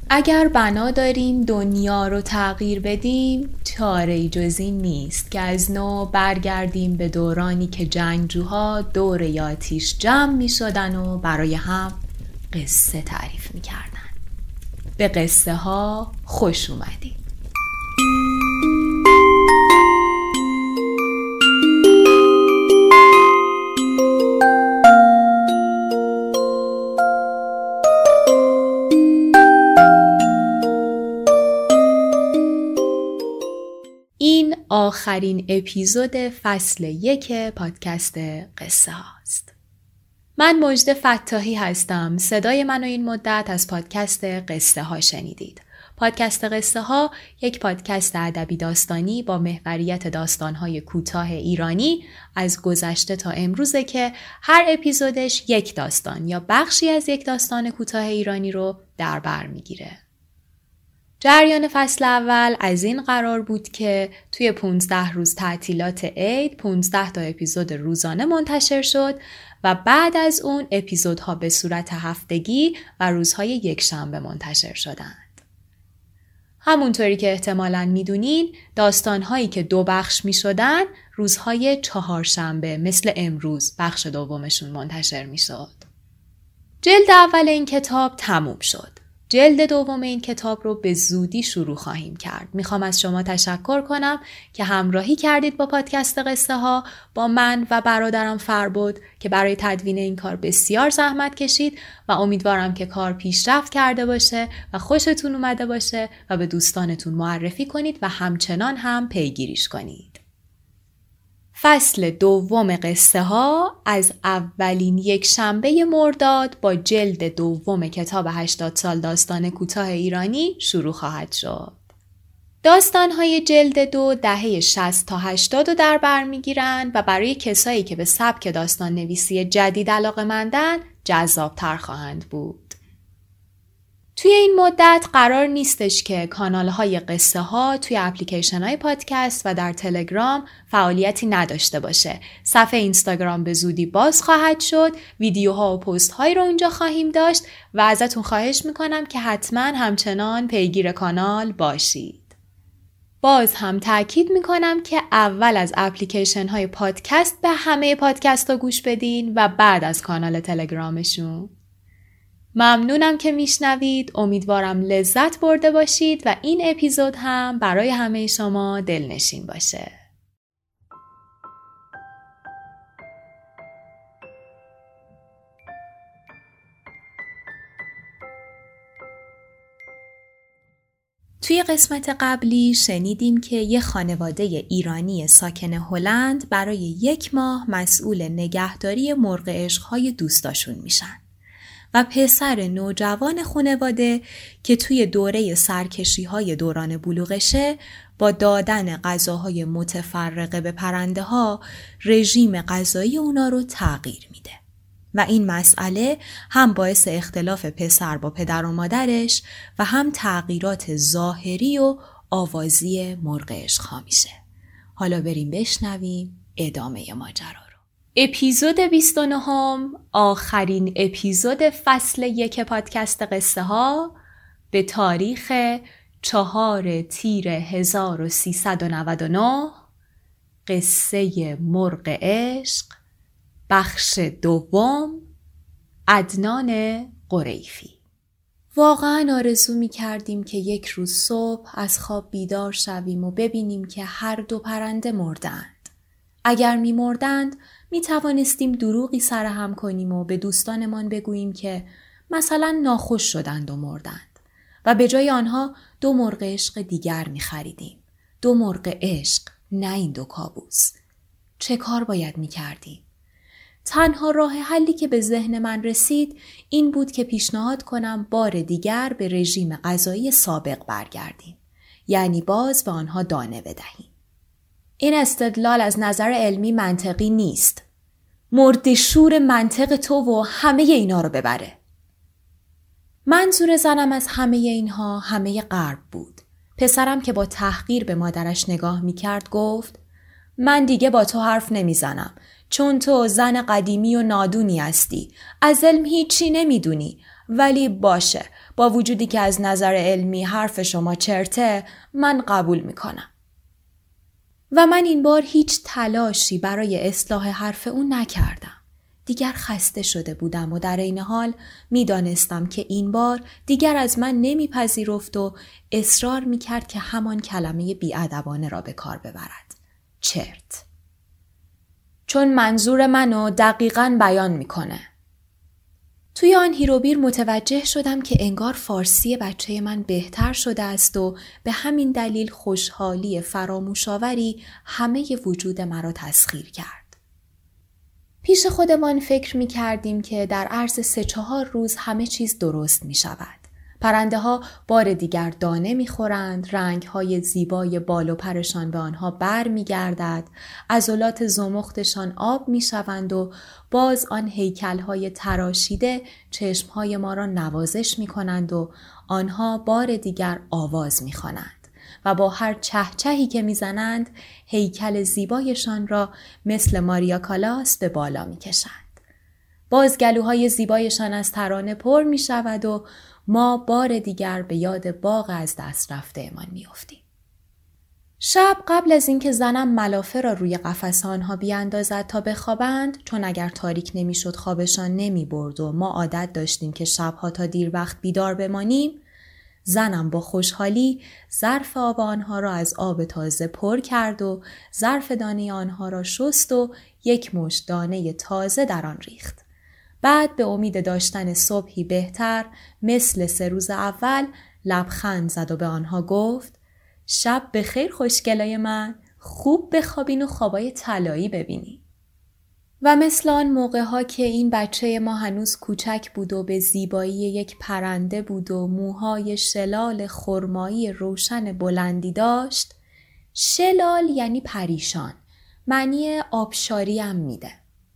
اگر بنا داریم دنیا رو تغییر بدیم، چاره‌ای جز این نیست که از نو برگردیم به دورانی که جنگجوها دور آتش جمع می شدن و برای هم قصه تعریف می کردن. به قصه ها خوش اومدید. این آخرین اپیزود فصل 1 پادکست قصه هاست. من مژده فتاحی هستم. صدای منو این مدت از پادکست قصه ها شنیدید. پادکست قصه ها یک پادکست ادبی داستانی با محوریت داستان‌های کوتاه ایرانی از گذشته تا امروزه که هر اپیزودش یک داستان یا بخشی از یک داستان کوتاه ایرانی رو در بر میگیره. جریان فصل اول از این قرار بود که توی 15 روز تعطیلات عید 15 تا اپیزود روزانه منتشر شد و بعد از اون اپیزودها به صورت هفتگی و روزهای یکشنبه منتشر شدند. همونطوری که احتمالاً میدونین داستانهایی که 2 بخش میشدن روزهای چهارشنبه مثل امروز بخش دومشون منتشر میشد. جلد اول این کتاب تموم شد. جلد دوم این کتاب رو به زودی شروع خواهیم کرد. میخوام از شما تشکر کنم که همراهی کردید با پادکست قصه ها با من و برادرم فربد که برای تدوین این کار بسیار زحمت کشید و امیدوارم که کار پیشرفت کرده باشه و خوشتون اومده باشه و به دوستانتون معرفی کنید و همچنان هم پیگیریش کنید. فصل دوم قصه ها از اولین یکشنبه مرداد با جلد دوم کتاب 80 سال داستان کوتاه ایرانی شروع خواهد شد. داستان‌های جلد 2 دهه 60 تا 80 رو در بر می‌گیرن و برای کسایی که به سبک داستان نویسی جدید علاقه‌مندن جذاب‌تر خواهند بود. توی این مدت قرار نیستش که کانال‌های قصه ها توی اپلیکیشن‌های پادکست و در تلگرام فعالیتی نداشته باشه. صفحه اینستاگرام به زودی باز خواهد شد، ویدیوها و پست‌هایی رو اونجا خواهیم داشت و ازتون خواهش میکنم که حتما همچنان پیگیر کانال باشید. باز هم تأکید میکنم که اول از اپلیکیشن‌های پادکست به همه پادکست‌ها گوش بدین و بعد از کانال تلگرامشون. ممنونم که میشنوید. امیدوارم لذت برده باشید و این اپیزود هم برای همه شما دلنشین باشه. توی قسمت قبلی شنیدیم که یه خانواده ایرانی ساکن هلند برای 1 ماه مسئول نگهداری مرغ عشق‌های دوستاشون میشن. و پسر نوجوان خانواده که توی دوره سرکشی‌های دوران بلوغشه با دادن غذاهای متفرقه به پرنده ها رژیم غذایی اونا رو تغییر میده. و این مسئله هم باعث اختلاف پسر با پدر و مادرش و هم تغییرات ظاهری و آوازی مرغ عشق‌ها میشه. حالا بریم بشنویم ادامه ماجرا رو. اپیزود 29 آخرین اپیزود فصل 1 پادکست قصه ها به تاریخ 4 تیر 1399 قصه مرغ عشق بخش دوم عدنان قریفی. واقعا آرزو می کردیم که یک روز صبح از خواب بیدار شویم و ببینیم که هر 2 پرنده مردند. اگر می مردند می توانستیم دروغی سرهم کنیم و به دوستانمان بگوییم که مثلا ناخوش شدند و مردند و به جای آنها 2 مرغ عشق دیگر می خریدیم. 2 مرغ عشق، نه این 2 کابوس. چه کار باید می کردیم؟ تنها راه حلی که به ذهن من رسید این بود که پیشنهاد کنم بار دیگر به رژیم غذایی سابق برگردیم. یعنی باز به آنها دانه بدهیم. این استدلال از نظر علمی منطقی نیست. مرد شور منطق تو و همه اینا رو ببره. منظور زنم از همه اینها همه غرب بود. پسرم که با تحقیر به مادرش نگاه می‌کرد گفت من دیگه با تو حرف نمیزنم چون تو زن قدیمی و نادونی هستی. از علم هیچی نمیدونی. ولی باشه، با وجودی که از نظر علمی حرف شما چرته، من قبول میکنم. و من این بار هیچ تلاشی برای اصلاح حرف اون نکردم. دیگر خسته شده بودم و در این حال میدانستم که این بار دیگر از من نمیپذیرفت و اصرار میکرد که همان کلمه بی‌ادبانه را به کار ببرد. چرت. چون منظور منو دقیقاً بیان میکنه. توی آن هیروبیر متوجه شدم که انگار فارسی بچه من بهتر شده است و به همین دلیل خوشحالی فراموش‌آوری همه وجود مرا تسخیر کرد. پیش خودمان فکر می کردیم که در عرض 3-4 روز همه چیز درست می شود. پرنده ها بار دیگر دانه می خورند، رنگ های زیبای بال و پرشان به آنها بر می گردد، عضلات زمختشان آب می شوند و باز آن هیکل های تراشیده چشم های ما را نوازش می کنند و آنها بار دیگر آواز می خوانند و با هر چهچهی که می زنند هیکل زیبایشان را مثل ماریا کالاس به بالا می کشند. باز گلوهای زیبایشان از ترانه پر می شود و ما بار دیگر به یاد باغ از دست رفته من می افتیم. شب قبل از اینکه زنم ملافه را روی قفس آنها بیاندازد تا بخوابند، چون اگر تاریک نمی شد خوابشان نمی برد و ما عادت داشتیم که شبها تا دیر وقت بیدار بمانیم، زنم با خوشحالی ظرف آب آنها را از آب تازه پر کرد و ظرف دانه آنها را شست و 1 مشت دانه تازه در آن ریخت. بعد به امید داشتن صبحی بهتر مثل 3 روز اول لبخند زد و به آنها گفت: شب بخیر خوشگلای من، خوب بخوابین و خوابای طلایی ببینی. و مثل آن موقع ها که این بچه ما هنوز کوچک بود و به زیبایی یک پرنده بود و موهای شلال خرمایی روشن بلندی داشت. شلال یعنی پریشان، معنی آبشاری هم میده.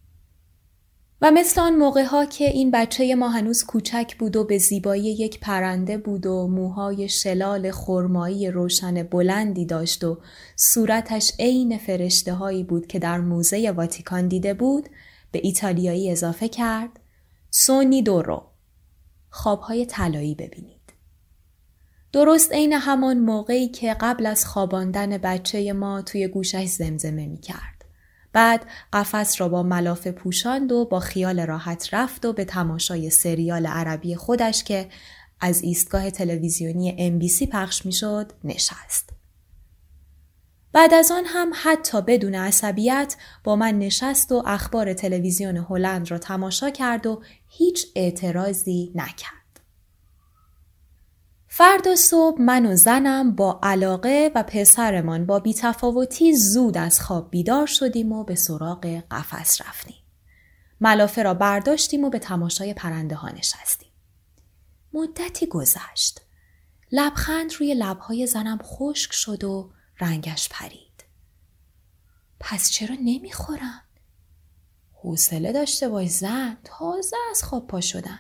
و مثل آن موقع ها که این بچه ما هنوز کوچک بود و به زیبایی یک پرنده بود و موهای شلال خرمایی روشن بلندی داشت و صورتش عین فرشته هایی بود که در موزه واتیکان دیده بود، به ایتالیایی اضافه کرد: سونی دورو، خوابهای طلایی ببینید. درست عین همان موقعی که قبل از خواباندن بچه ما توی گوشش زمزمه می کرد. بعد قفس را با ملافه پوشاند و با خیال راحت رفت و به تماشای سریال عربی خودش که از ایستگاه تلویزیونی MBC پخش می شد نشست. بعد از آن هم حتی بدون عصبیت با من نشست و اخبار تلویزیون هلند را تماشا کرد و هیچ اعتراضی نکرد. فردا صبح من و زنم با علاقه و پسرمان با بی‌تفاوتی زود از خواب بیدار شدیم و به سراغ قفس رفتیم. ملافه را برداشتیم و به تماشای پرنده ها نشستیم. مدتی گذشت. لبخند روی لبهای زنم خشک شد و رنگش پرید. پس چرا نمیخورن؟ حوصله داشته باش زن، تازه از خواب پا شدن.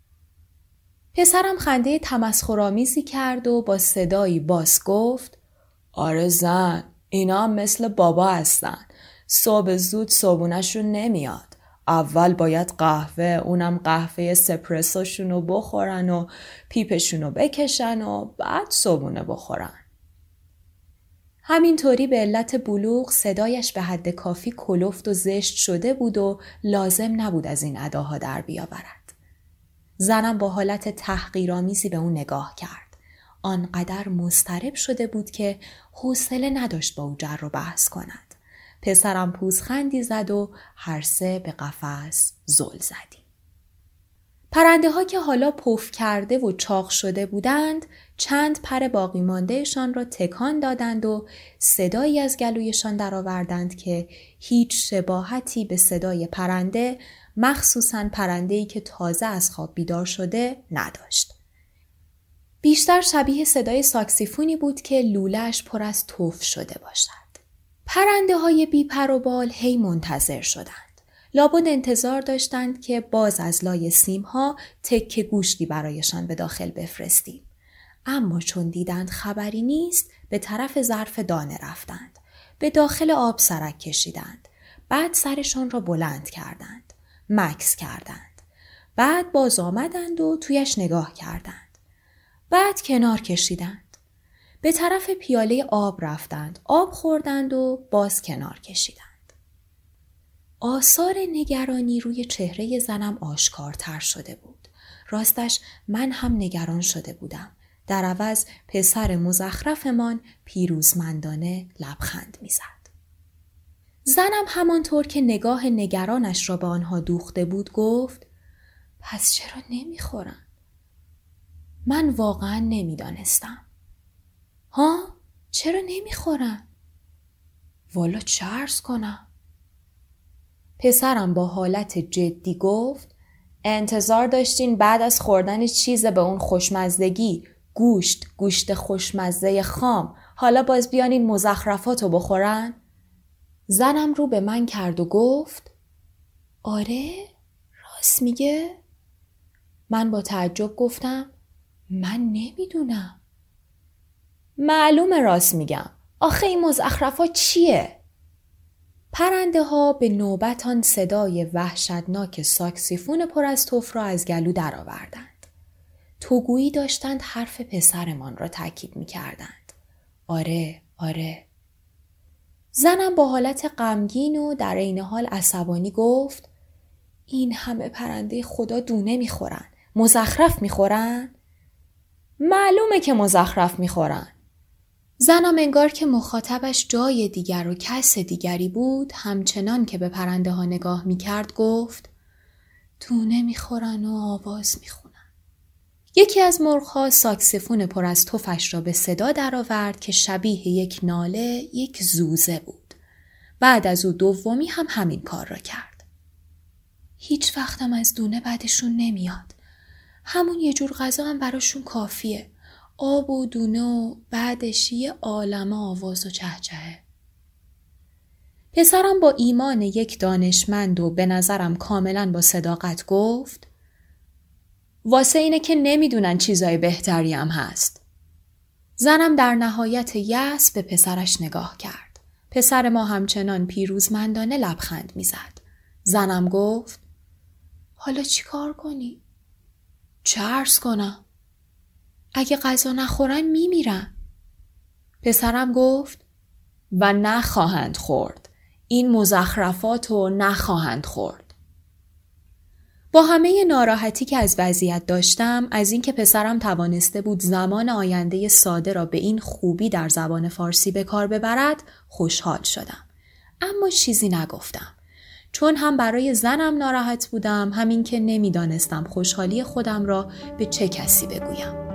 پسرم خنده تمسخرآمیزی کرد و با صدایی باس گفت: آره زن، اینا هم مثل بابا هستن. صبح زود صبحونه‌شون نمیاد. اول باید قهوه، اونم قهوه اسپرسوشونو بخورن و پیپشونو بکشن و بعد صبحونه بخورن. همینطوری به علت بلوغ صدایش به حد کافی کلفت و زشت شده بود و لازم نبود از این اداها در بیاورد. زنم با حالت تحقیرآمیزی به اون نگاه کرد. آنقدر مضطرب شده بود که حوصله نداشت با او جر و بحث کند. پسرم پوزخندی زد و هر سه به قفس زل زدیم. پرنده ها که حالا پف کرده و چاق شده بودند، چند پر باقی ماندهشان را تکان دادند و صدایی از گلویشان درآوردند که هیچ شباهتی به صدای پرنده، مخصوصاً پرنده‌ای که تازه از خواب بیدار شده، نداشت. بیشتر شبیه صدای ساکسیفونی بود که لوله‌اش پر از تف شده باشد. پرنده های بی پر و بال هی منتظر شدند. لابد انتظار داشتند که باز از لای سیمها تکه گوشتی برایشان به داخل بفرستیم. اما چون دیدند خبری نیست، به طرف ظرف دانه رفتند. به داخل آب سرک کشیدند. بعد سرشان را بلند کردند. مکث کردند. بعد باز آمدند و تویش نگاه کردند. بعد کنار کشیدند. به طرف پیاله آب رفتند. آب خوردند و باز کنار کشیدند. آثار نگرانی روی چهره زنم آشکارتر شده بود. راستش من هم نگران شده بودم. در عوض پسر مزخرفمان پیروزمندانه لبخند می‌زد. زنم همانطور که نگاه نگرانش را به آنها دوخته بود گفت: پس چرا نمیخورن؟ من واقعا نمیدانستم. ها؟ چرا نمیخورن؟ والا چه عرض کنم؟ پسرم با حالت جدی گفت: انتظار داشتین بعد از خوردن چیز به اون خوشمزدگی، گوشت خوشمزه خام، حالا باز بیانین مزخرفاتو بخورن؟ زنم رو به من کرد و گفت: آره؟ راست میگه؟ من با تعجب گفتم: من نمیدونم. معلومه راست میگم. آخه این مزخرفات چیه؟ پرنده ها به نوبت آن صدای وحشتناک ساکسیفون پر از تف را از گلو درآوردند. توگویی داشتند حرف پسرمان را تاکید میکردند. آره، آره. زنم با حالت غمگین و در عین حال عصبانی گفت: این همه پرنده خدا دونه میخورن. مزخرف میخورن؟ معلومه که مزخرف میخورن. زنم انگار که مخاطبش جای دیگر و کس دیگری بود، همچنان که به پرنده ها نگاه میکرد گفت: دونه میخورن و آواز میخونن. یکی از مرغ‌ها ساکسیفون پر از تفش را به صدا درآورد که شبیه یک ناله، یک زوزه بود. بعد از او دومی هم همین کار را کرد. هیچ وقتم از دونه بعدشون نمیاد. همون یه جور غذا هم براشون کافیه. آب و دونه و بعدش یه عالمه آواز و چهچهه. پسرم با ایمان یک دانشمند و به نظرم کاملا با صداقت گفت: واسه اینه که نمیدونن چیزای بهتری هم هست. زنم در نهایت یأس به پسرش نگاه کرد. پسر ما همچنان پیروزمندانه لبخند میزد. زنم گفت: حالا چی کار کنی؟ چه عرض کنم؟ اگه غذا نخورن میمیرن. پسرم گفت: و نخواهند خورد. این مزخرفاتو نخواهند خورد. با همه ناراحتی که از وضعیت داشتم، از اینکه پسرم توانسته بود زمان آینده ساده را به این خوبی در زبان فارسی به کار ببرد، خوشحال شدم. اما چیزی نگفتم. چون هم برای زنم ناراحت بودم، همین که نمیدانستم خوشحالی خودم را به چه کسی بگویم.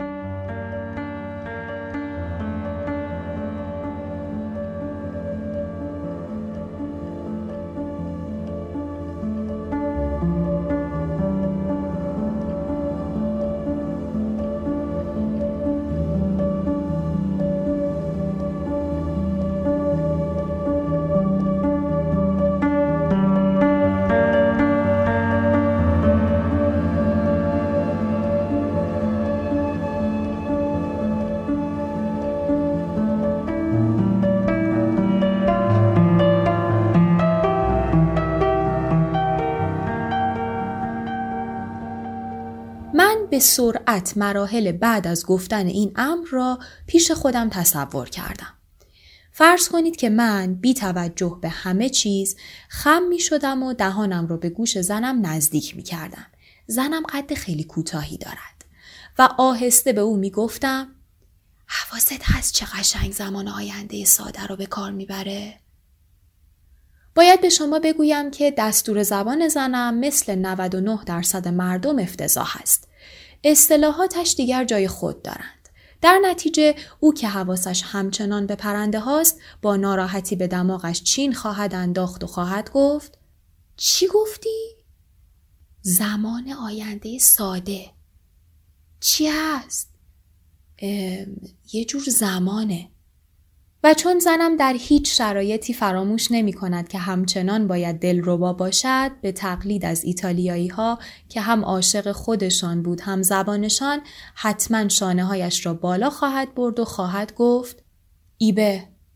به سرعت مراحل بعد از گفتن این امر را پیش خودم تصور کردم. فرض کنید که من بی توجه به همه چیز خم می شدم و دهانم را به گوش زنم نزدیک می کردم. زنم قد خیلی کوتاهی دارد و آهسته به او می گفتم: حواست هست چه قشنگ زمان آینده ساده رو به کار می بره؟ باید به شما بگویم که دستور زبان زنم مثل 99% مردم افتضاح است. اصطلاحاتش دیگر جای خود دارند. در نتیجه او که حواسش همچنان به پرنده هاست با ناراحتی به دماغش چین خواهد انداخت و خواهد گفت: چی گفتی؟ زمان آینده ساده. چی هست؟ یه جور زمانه. و چون زنم در هیچ شرایطی فراموش نمی کند که همچنان باید دلربا باشد، به تقلید از ایتالیایی ها که هم عاشق خودشان بود هم زبانشان، حتما شانه هایش را بالا خواهد برد و خواهد گفت: ایبه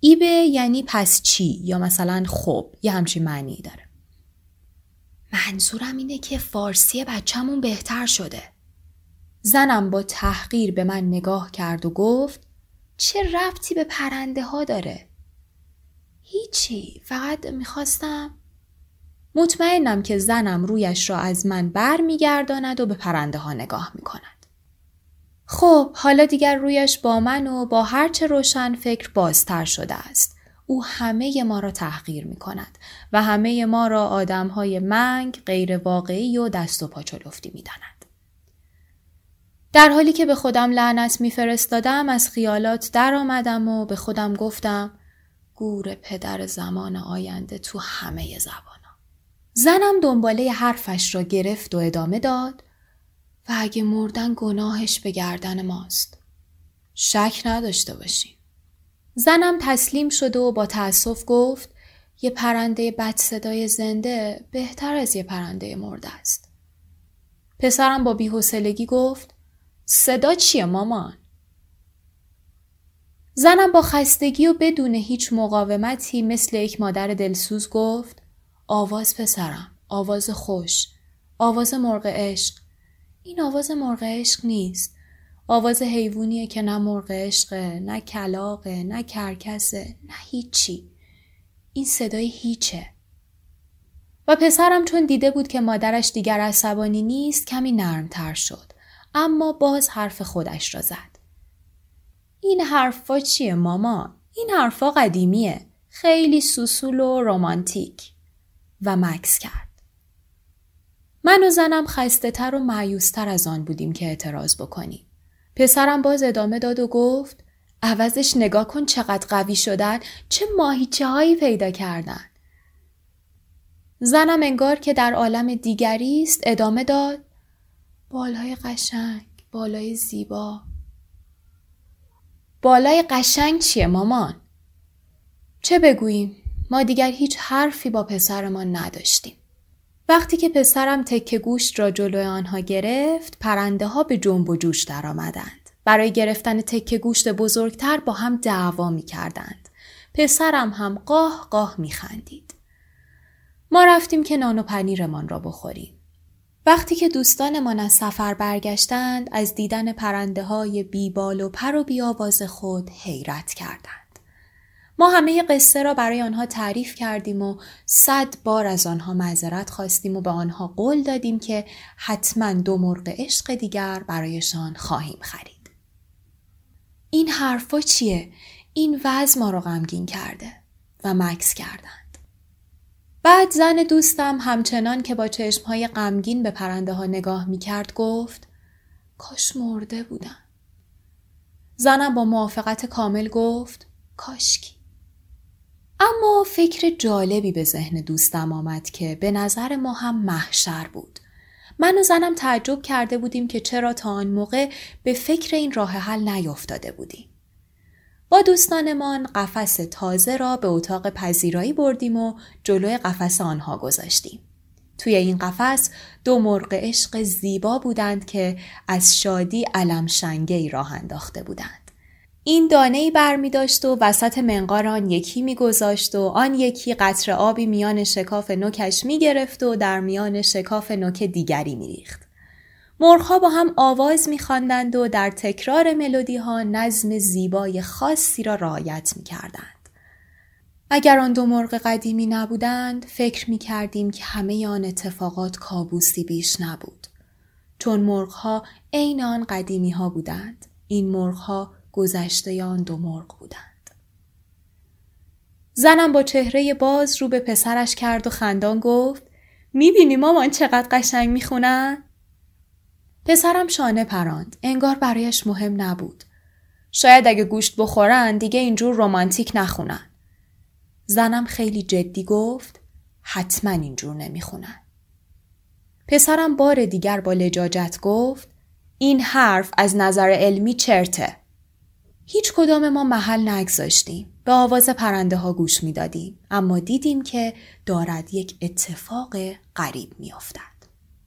ایبه یعنی پس چی یا مثلا خب یه همچین معنی داره. منظورم اینه که فارسی بچه‌مون بهتر شده. زنم با تحقیر به من نگاه کرد و گفت چه ربطی به پرنده ها داره؟ هیچی، فقط میخواستم. مطمئنم که زنم رویش را از من بر میگرداند و به پرنده ها نگاه میکند. خب حالا دیگر رویش با من و با هرچه روشن فکر بازتر شده است. او همه ما را تحقیر میکند و همه ما را آدمهای منگ، غیر واقعی و دست و پا چلفتی میداند. در حالی که به خودم لعنت میفرستادم از خیالات در آمدم و به خودم گفتم گور پدر زمان آینده تو همه زبانا. زنم دنباله حرفش را گرفت و ادامه داد و اگه مردن گناهش به گردن ماست. شک نداشته باشیم. زنم تسلیم شد و با تأسف گفت یه پرنده بد صدای زنده بهتر از یه پرنده مرده است. پسرم با بی‌حوصلگی گفت صدا چیه مامان؟ زنم با خستگی و بدون هیچ مقاومتی مثل یک مادر دلسوز گفت آواز پسرم، آواز خوش، آواز مرغ عشق. این آواز مرغ عشق نیست. آواز حیوانیه که نه مرغ عشقه، نه کلاغه، نه کرکسه، نه هیچی. این صدای هیچه. و پسرم چون دیده بود که مادرش دیگر عصبانی نیست کمی نرمتر شد. اما باز حرف خودش را زد. این حرفا چیه ماما؟ این حرفا قدیمیه. خیلی سوسول و رمانتیک. و مکث کرد. من و زنم خسته تر و مایوستر از آن بودیم که اعتراض بکنیم. پسرم باز ادامه داد و گفت عوضش نگاه کن چقدر قوی شدن، چه ماهیچه هایی پیدا کردن. زنم انگار که در عالم دیگری است ادامه داد بالای قشنگ، بالای زیبا. بالای قشنگ چیه مامان؟ چه بگوییم؟ ما دیگر هیچ حرفی با پسرمان نداشتیم. وقتی که پسرم تکه گوشت را جلوی آنها گرفت، پرنده ها به جنب و جوش در آمدند. برای گرفتن تکه گوشت بزرگتر با هم دعوا می کردند. پسرم هم قاه قاه می خندید. ما رفتیم که نان و پنیرمان را بخوریم. وقتی که دوستانمان از سفر برگشتند، از دیدن پرنده های بی بال و پر و بی آواز خود حیرت کردند. ما همه قصه را برای آنها تعریف کردیم و 100 بار از آنها معذرت خواستیم و به آنها قول دادیم که حتما 2 مرغ عشق دیگر برایشان خواهیم خرید. این حرفا چیه؟ این وضع ما را غمگین کرده و مکث کردند. بعد زن دوستم همچنان که با چشمهای غمگین به پرنده ها نگاه می کرد گفت کاش مرده بودن. زنم با موافقت کامل گفت کاشکی. اما فکر جالبی به ذهن دوستم آمد که به نظر ما هم محشر بود. من و زنم تعجب کرده بودیم که چرا تا آن موقع به فکر این راه حل نیفتاده بودیم. با دوستانمان قفس تازه را به اتاق پذیرایی بردیم و جلوی قفس آنها گذاشتیم. توی این قفس 2 مرغ عشق زیبا بودند که از شادی علم شنگه‌ای راه انداخته بودند. این دانه‌ای برمی داشت و وسط منقار آن یکی می گذاشت و آن یکی قطره آبی میان شکاف نوکش می گرفت و در میان شکاف نوک دیگری می ریخت. مرغ‌ها با هم آواز می خواندند و در تکرار ملودی ها نظم زیبای خاصی را رعایت می کردند. اگر آن 2 مرغ قدیمی نبودند فکر می کردیم که همه آن اتفاقات کابوسی بیش نبود. چون مرغ‌ها عین آن قدیمی ها بودند. این مرغ‌ها گذشته آن 2 مرغ بودند. زنم با چهره باز رو به پسرش کرد و خندان گفت میبینی مامان چقدر قشنگ میخونن؟ پسرم شانه پراند. انگار برایش مهم نبود. شاید اگه گوشت بخورن دیگه اینجور رمانتیک نخونن. زنم خیلی جدی گفت حتما اینجور نمیخونن. پسرم بار دیگر با لجاجت گفت این حرف از نظر علمی چرته. هیچ کدام ما محل نگذاشتیم. به آواز پرنده ها گوش می دادیم. اما دیدیم که دارد یک اتفاق غریب می افتد.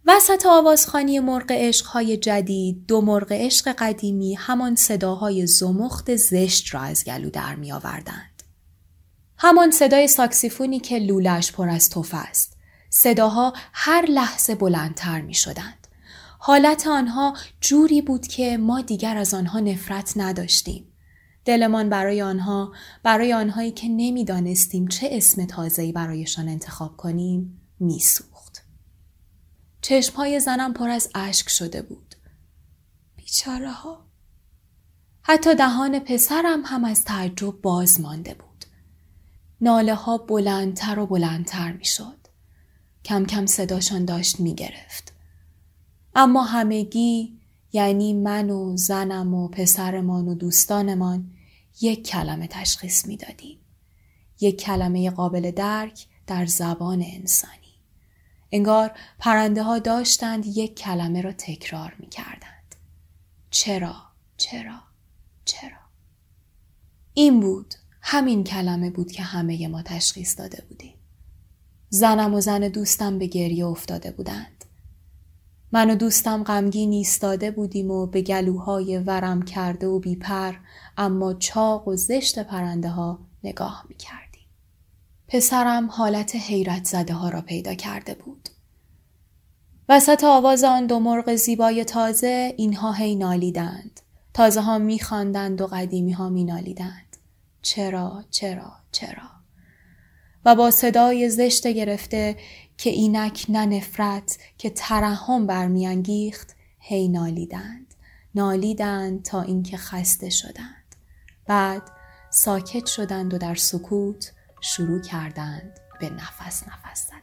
وسط آوازخوانی مرغ عشق‌های جدید، دو مرغ عشق قدیمی همان صداهای زمخت زشت را از گلو در می آوردند. همان صدای ساکسیفونی که لوله‌اش پر از تف است. صداها هر لحظه بلندتر می شدند. حالت آنها جوری بود که ما دیگر از آنها نفرت نداشتیم. دلمان برای آنهایی که نمی دانستیم چه اسم تازه‌ای برایشان انتخاب کنیم می سوخت. چشمهای زنم پر از اشک شده بود. بیچاره ها. حتی دهان پسرم هم از تعجب باز مانده بود. ناله ها بلندتر و بلندتر می شد. کم کم صداشان داشت می گرفت. اما همگی، یعنی من و زنم و پسرمان و دوستانمان، یک کلمه تشخیص می دادیم. یک کلمه قابل درک در زبان انسانی. انگار پرنده ها داشتند یک کلمه را تکرار می کردند. چرا؟ چرا؟ چرا؟ این بود، همین کلمه بود که همه ما تشخیص داده بودیم. زنم و زن دوستم به گریه افتاده بودند. من و دوستم غمگین ایستاده بودیم و به گلوهای ورم کرده و بیپر اما چاق و زشت پرنده ها نگاه می کردیم. پسرم حالت حیرت زده ها را پیدا کرده بود. وسط آواز آن دو مرغ زیبای تازه اینها هی نالیدند. تازه ها می خواندند و قدیمی ها می نالیدند. چرا، چرا، چرا؟ و با صدای زشت گرفته که اینک نه نفرت که ترحم برمیانگیخت هی نالیدند تا اینکه خسته شدند. بعد ساکت شدند و در سکوت شروع کردند به نفس زدن.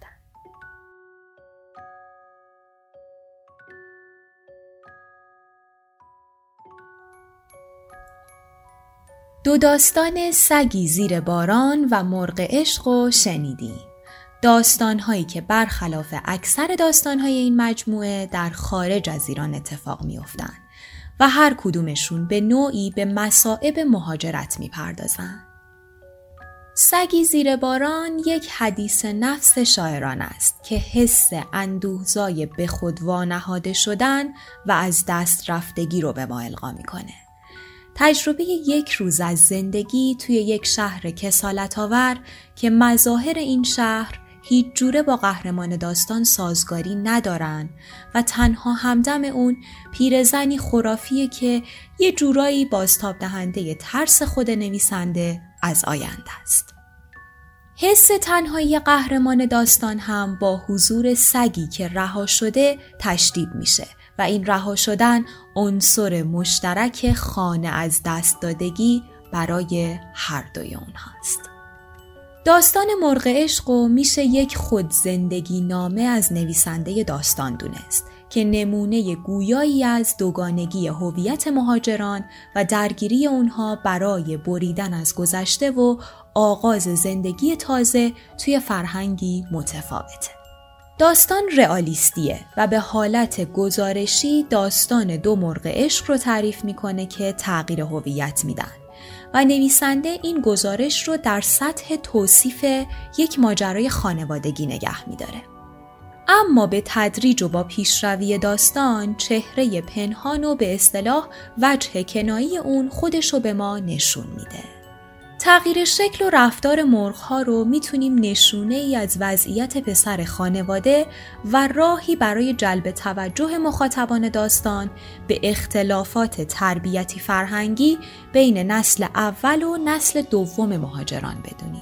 دو داستان سگی زیر باران و مرغ عشق رو شنیدیم. داستان‌هایی که برخلاف اکثر داستان‌های این مجموعه در خارج از ایران اتفاق می‌افتند و هر کدومشون به نوعی به مصائب مهاجرت می‌پردازند. سگی زیر باران یک حدیث نفس شاعران است که حس اندوهزای به خود وانهاده شدن و از دست رفتگی رو به ما القا می‌کنه. تجربه یک روز از زندگی توی یک شهر کسالت‌آور که مظاهر این شهر هیچ جوره با قهرمان داستان سازگاری ندارن و تنها همدم اون پیرزنی خرافیه که یه جورایی بازتاب دهنده ترس خود نویسنده از آینده است. حس تنهایی قهرمان داستان هم با حضور سگی که رها شده تشدید میشه و این رها شدن عنصر مشترک خانه از دست دادگی برای هر دوی اونهاست. داستان مرغ عشق میشه یک خود زندگی نامه از نویسنده داستان دونست که نمونه گویایی از دوگانگی هویت مهاجران و درگیری اونها برای بریدن از گذشته و آغاز زندگی تازه توی فرهنگی متفاوته. داستان رئالیستیه و به حالت گزارشی داستان دو مرغ عشق رو تعریف میکنه که تغییر هویت میدن و نویسنده این گزارش رو در سطح توصیف یک ماجرای خانوادگی نگه میداره. اما به تدریج و با پیشروی داستان چهره پنهان و به اصطلاح وجه کنایی اون خودشو به ما نشون میده. تغییر شکل و رفتار مرغ‌ها رو میتونیم نشونه ای از وضعیت پسر خانواده و راهی برای جلب توجه مخاطبان داستان به اختلافات تربیتی فرهنگی بین نسل اول و نسل دوم مهاجران بدونیم.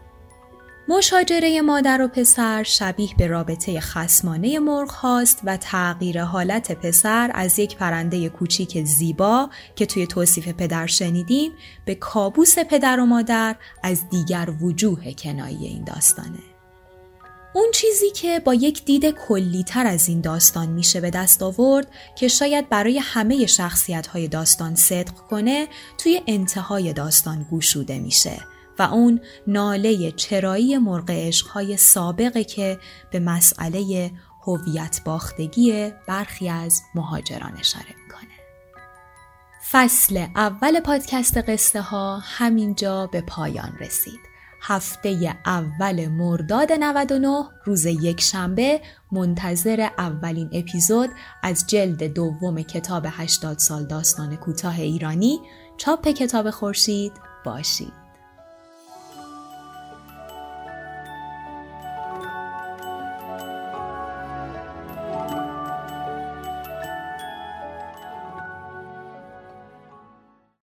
مشاجره مادر و پسر شبیه به رابطه خصمانه مرغ هاست و تغییر حالت پسر از یک پرنده کوچیک زیبا که توی توصیف پدر شنیدیم به کابوس پدر و مادر از دیگر وجوه کنایی این داستانه. اون چیزی که با یک دید کلی تر از این داستان میشه به دست آورد که شاید برای همه شخصیت‌های داستان صدق کنه توی انتهای داستان گشوده میشه و اون ناله چرایی مرغ عشق‌های سابقه که به مسئله هویت باختگی برخی از مهاجران اشاره میکنه. فصل اول پادکست قصه ها همینجا به پایان رسید. هفته اول مرداد 99 روز یکشنبه منتظر اولین اپیزود از جلد دوم کتاب 80 سال داستان کوتاه ایرانی چاپ کتاب خورشید باشید.